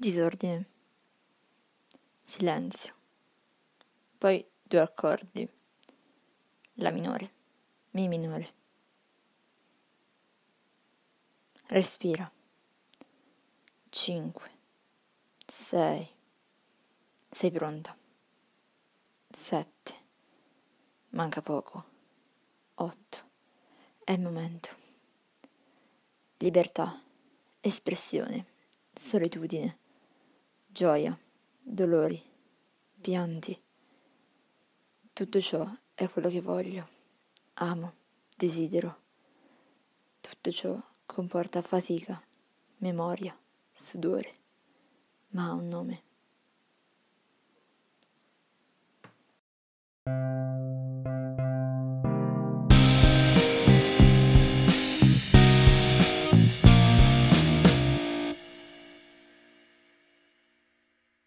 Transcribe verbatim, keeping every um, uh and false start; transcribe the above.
Disordine. Silenzio. Poi due accordi. La minore, mi minore. Respira. Cinque. Sei. Sei pronta. Sette. Manca poco. Otto. È il momento. Libertà. Espressione. Solitudine. Gioia. Dolori. Pianti. Tutto ciò è quello che voglio. Amo. Desidero. Tutto ciò comporta fatica, memoria, sudore, ma ha un nome.